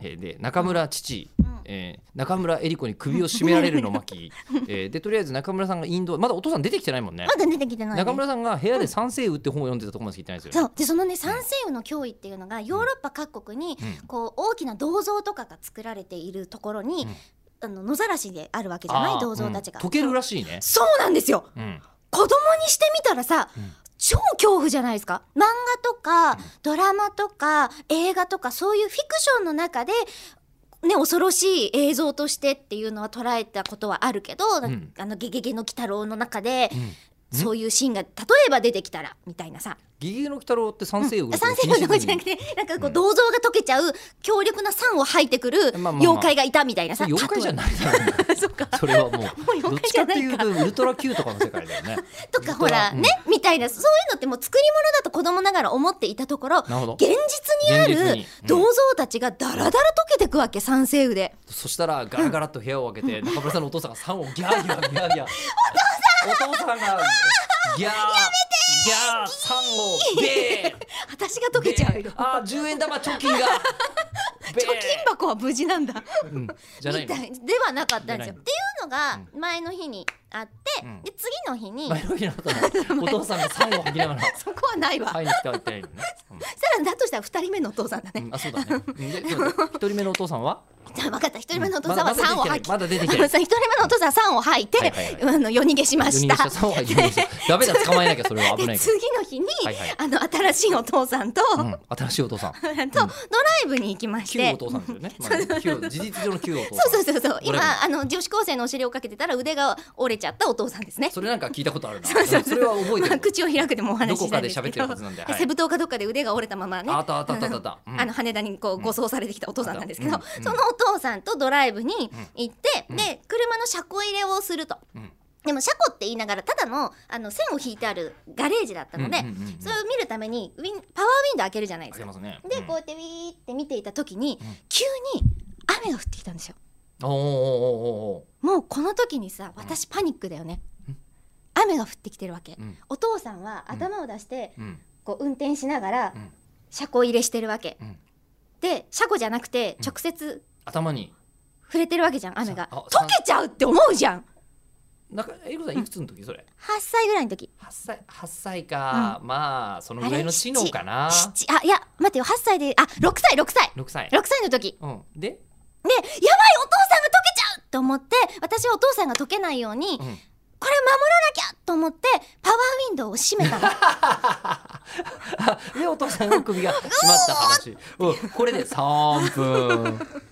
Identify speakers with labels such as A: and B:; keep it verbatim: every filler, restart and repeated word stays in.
A: えー、で中村父、うんえー、中村江里子に首を絞められるの巻、えー、でとりあえず中村さんがインドまだお父さん出てきてないもんね。
B: まだ出てきてない、ね、
A: 中村さんが部屋で三星雨って本を読んでたところまで聞いてないですよね、
B: そうでそのね三星雨の脅威っていうのがヨーロッパ各国に、うん、こう大きな銅像とかが作られているところに、うん、あの野ざらしであるわけじゃない銅像たちが、
A: うん、溶けるらしいね。
B: そうなんですよ、うん、子供にしてみたらさ、うん超恐怖じゃないですか。漫画とかドラマとか映画とかそういうフィクションの中でね、恐ろしい映像としてっていうのは捉えたことはあるけど、うん、あのゲゲゲの鬼太郎の中で、うん、そういうシーンが例えば出てきたらみたいなさ。
A: ゲゲゲの鬼太郎って三星雨、
B: うん、三星雨の方じゃなくてなんかこう銅像が溶けちゃう強力な酸を吐いてくる妖怪がいたみたいなさ、
A: まあまあまあ、妖怪じゃないだろう、ね、そ, それはもうどっちかっていうとウルトラ Q とかの世界だよね
B: とかほら、うん、ねみたいなそういうのってもう作り物だと子供ながら思っていたところ現実にある銅像たちがダラダラ溶けてくわけ三星雨で。
A: そしたらガラガラっと部屋を開けて、うん、中村さんのお父さんが酸をギャーギャーギャーギャーお父さんお父さんがギャーギャー酸をベー
B: 私が溶けちゃうよ。
A: あじゅうえん玉貯金が貯
B: 金箱は無事なんだ、
A: うん、じゃないの
B: ではなかったんですよ。っていうのが前の日にあって、うん、で次の日に
A: 前の日のお父さんが酸を吐きながら
B: そこはないわ
A: 買いに来たわけないのね、
B: うん、さらだとしたらふたりめのお父さんだね、
A: うん、あそうだねでひとりめのお父さんは
B: 分かったひとりめのお父さんは酸を吐き
A: まだ出てきて
B: ひとりめのお父さんは酸を吐いて、はいはいはい、あの夜逃げしました。
A: ダメだ捕まえなきゃそれは危ないから
B: 次の日に、はいはい、あの新しいお父さんと、うん、
A: 新しいお父さんと、
B: うん、ドライブに行きまして
A: 旧お父さんですよね、まあ、旧事実上の旧お父
B: さんそうそうそうそう今あの女子高生のお尻をかけてたら腕が折れちゃったお父さんですね。
A: それなんか聞いたことあるなそうそうそうそれは覚えてる、まあ、
B: 口を開くでもお話ししたんですけど
A: どこかで喋ってるはずなんで、はい、
B: セブ島かどっかで腕が折れたままね
A: あったあったあったあった、
B: うん、あの羽田にこう護送されてきたお父さんなんですけど、うんうん、そのお父さんとドライブに行って、うん、で車の車庫入れをすると、うんでも車庫って言いながらただ の, あの線を引いてあるガレージだったので、うんうんうんうん、それを見るためにウィンパワーウィンドウ開けるじゃないですか、
A: ねうん、
B: でこうやってウィーって見ていた時に、うん、急に雨が降ってきたんですよ。
A: おーおーお
B: ーもうこの時にさ私パニックだよね、うん、雨が降ってきてるわけ、うん、お父さんは頭を出して、うん、こう運転しながら、うん、車庫入れしてるわけ、うん、で車庫じゃなくて直接、うん、
A: 頭に
B: 触れてるわけじゃん雨が溶けちゃうって思うじゃん。
A: なんかえりこさんいくつの時それ、うん、
B: はっさいぐらいの時。
A: はっさい、はっさいか、うん、まあそのぐらいの知能かな。
B: あいや待ってよはっさいであろくさいろくさい
A: ろくさい
B: ろくさいの時、
A: うん、ででや
B: ばいお父さんが溶けちゃうと思って私はお父さんが溶けないように、うん、これ守らなきゃと思ってパワーウィンドウを閉めたの
A: でお父さんの首が閉まった話これでさんぷん